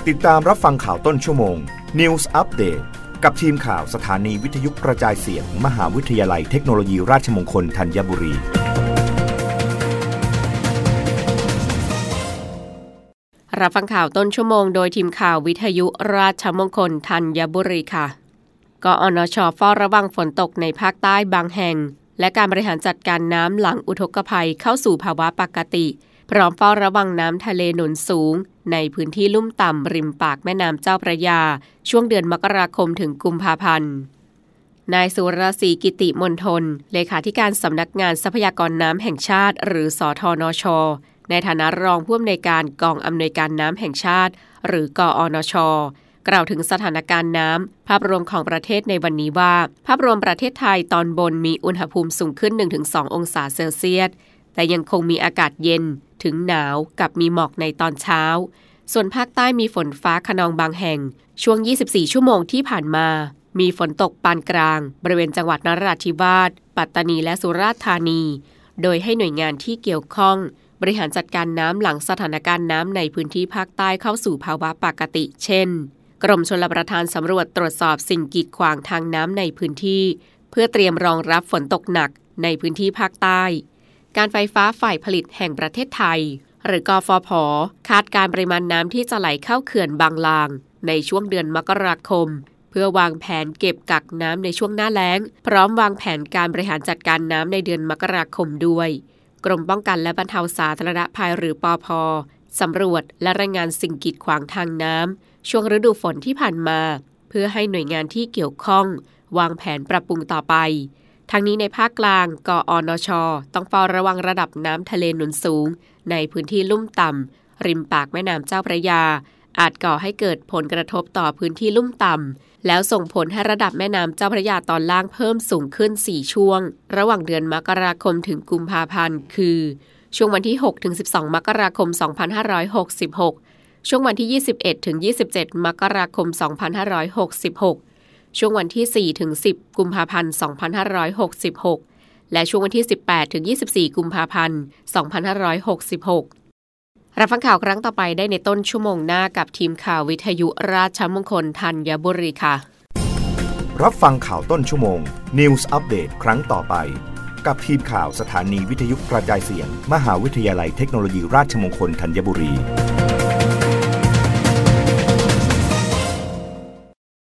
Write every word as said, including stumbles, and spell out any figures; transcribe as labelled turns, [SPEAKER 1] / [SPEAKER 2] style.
[SPEAKER 1] ติดตามรับฟังข่าวต้นชั่วโมง News Update กับทีมข่าวสถานีวิทยุกระจายเสียง มหาวิทยาลัยเทคโนโลยีราชมงคลธัญบุรี
[SPEAKER 2] รับฟังข่าวต้นชั่วโมงโดยทีมข่าววิทยุราชมงคลธัญบุรีค่ะกอนช.เฝ้าระวังฝนตกในภาคใต้บางแห่งและการบริหารจัดการน้ำหลังอุทกภัยเข้าสู่ภาวะปกติพร้อมเฝ้าระวังน้ำทะเลหนุนสูงในพื้นที่ลุ่มต่ำริมปากแม่น้ำเจ้าพระยาช่วงเดือนมกราคมถึงกุมภาพันธ์นายสุรศรีกิติมณฑลเลขาธิการสำนักงานทรัพยากรน้ำแห่งชาติหรือสทนช.ในฐานะรองผู้อำนวยการกองอำนวยการน้ำแห่งชาติหรือกอนช.กล่าวถึงสถานการณ์น้ำภาพรวมของประเทศในวันนี้ว่าภาพรวมประเทศไทยตอนบนมีอุณหภูมิสูงขึ้น หนึ่งถึงสอง องศาเซลเซียสแต่ยังคงมีอากาศเย็นถึงหนาวกับมีหมอกในตอนเช้าส่วนภาคใต้มีฝนฟ้าคะนองบางแห่งช่วงยี่สิบสี่ชั่วโมงที่ผ่านมามีฝนตกปานกลางบริเวณจังหวัดนราธิวาสปัตตานีและสุราษฎร์ธานีโดยให้หน่วยงานที่เกี่ยวข้องบริหารจัดการน้ำหลังสถานการณ์น้ำในพื้นที่ภาคใต้เข้าสู่ภาวะปกติเช่นกรมชลประทานสำรวจตรวจสอบสิ่งกีดขวางทางน้ำในพื้นที่เพื่อเตรียมรองรับฝนตกหนักในพื้นที่ภาคใต้การไฟฟ้าฝ่ายผลิตแห่งประเทศไทยหรือกฟผ.คาดการปริมาณน้ำที่จะไหลเข้าเขื่อนบางลางในช่วงเดือนมกราคมเพื่อวางแผนเก็บกักน้ำในช่วงหน้าแล้งพร้อมวางแผนการบริหารจัดการน้ำในเดือนมกราคมด้วยกรมป้องกันและบรรเทาสาธารณภัยหรือปภ.สำรวจและรายงานสิ่งกีดขวางทางน้ำช่วงฤดูฝนที่ผ่านมาเพื่อให้หน่วยงานที่เกี่ยวข้องวางแผนปรับปรุงต่อไปทั้งนี้ในภาคกลางกอนช.ต้องเฝ้าระวังระดับน้ำทะเลหนุนสูงในพื้นที่ลุ่มต่ำริมปากแม่น้ำเจ้าพระยาอาจก่อให้เกิดผลกระทบต่อพื้นที่ลุ่มต่ำแล้วส่งผลให้ระดับแม่น้ำเจ้าพระยาตอนล่างเพิ่มสูงขึ้นสี่ช่วงระหว่างเดือนมกราคมถึงกุมภาพันธ์คือช่วงวันที่หกถึงสิบสองมกราคมสองพันห้าร้อยหกสิบหกช่วงวันที่ยี่สิบเอ็ดถึงยี่สิบเจ็ดมกราคมสองพันห้าร้อยหกสิบหกช่วงวันที่สี่ถึงสิบกุมภาพันธ์สองพันห้าร้อยหกสิบหกและช่วงวันที่สิบแปดถึงยี่สิบสี่กุมภาพันธ์สองพันห้าร้อยหกสิบหกรับฟังข่าวครั้งต่อไปได้ในต้นชั่วโมงหน้ากับทีมข่าววิทยุราชมงคลธัญบุรีค่ะ
[SPEAKER 1] รับฟังข่าวต้นชั่วโมง News Update ครั้งต่อไปกับทีมข่าวสถานีวิทยุกระจายเสียง มหาวิทยาลัยเทคโนโลยีราชมงคลธัญบุรี